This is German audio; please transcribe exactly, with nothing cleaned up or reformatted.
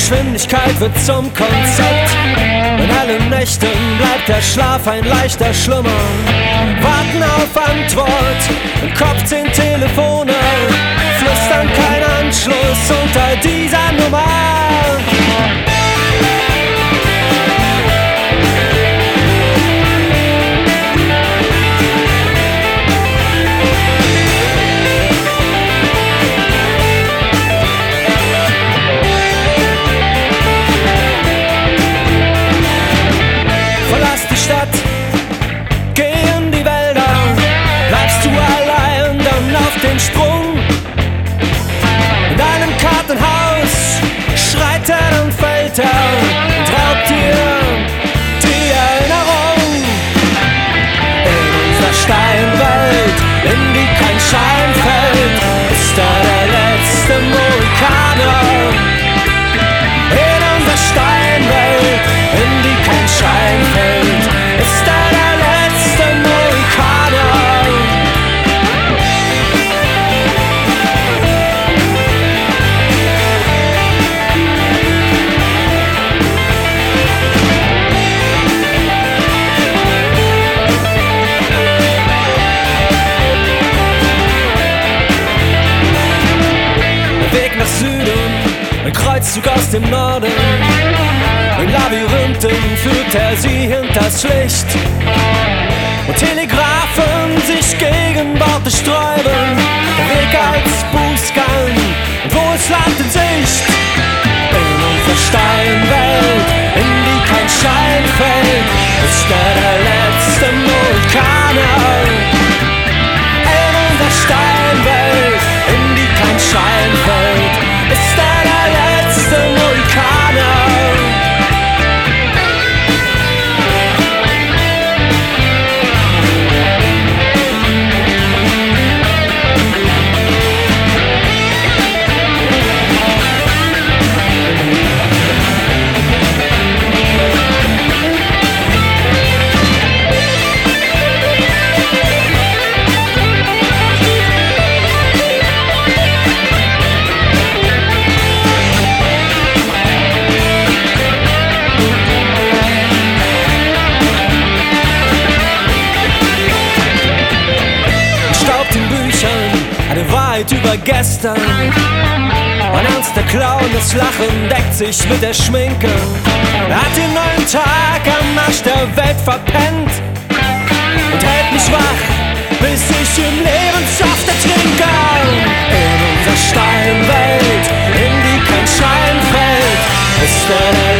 Geschwindigkeit wird zum Konzept. In allen Nächten bleibt der Schlaf ein leichter Schlummer. Warten auf Antwort, im Kopf zehn Telefone, flüstern kein Anschluss unter dieser Nummer. Sprung in deinem Kartenhaus schreit er und fällt er und raubt dir die Erinnerung. In unserer Steinwelt, in die kein Schein fällt, ist er der letzte Mohikaner. In unserer Steinwelt, in die kein Schein fällt, ist er der letzte Mohikaner. Ein Kreuzzug aus dem Norden, in Labyrinthen führt er sie hinters Licht. Und Telegraphen sich gegen Worte sträuben, der Weg als Bußgang, und wo es Land in Sicht. In unserer Steinwelt, in die kein Schein fällt, ist er der letzte Mohikaner. In unserer Steinwelt, in die kein Schein fällt, ist er der letzte Mohikaner. Eine Wahrheit über gestern. Ein ernster Clown, das Lachen deckt sich mit der Schminke. Er hat den neuen Tag am Arsch der Welt verpennt und hält mich wach, bis ich im Lebenssaft ertrinke. In unserer Steinwelt, in die kein Schein fällt, ist er der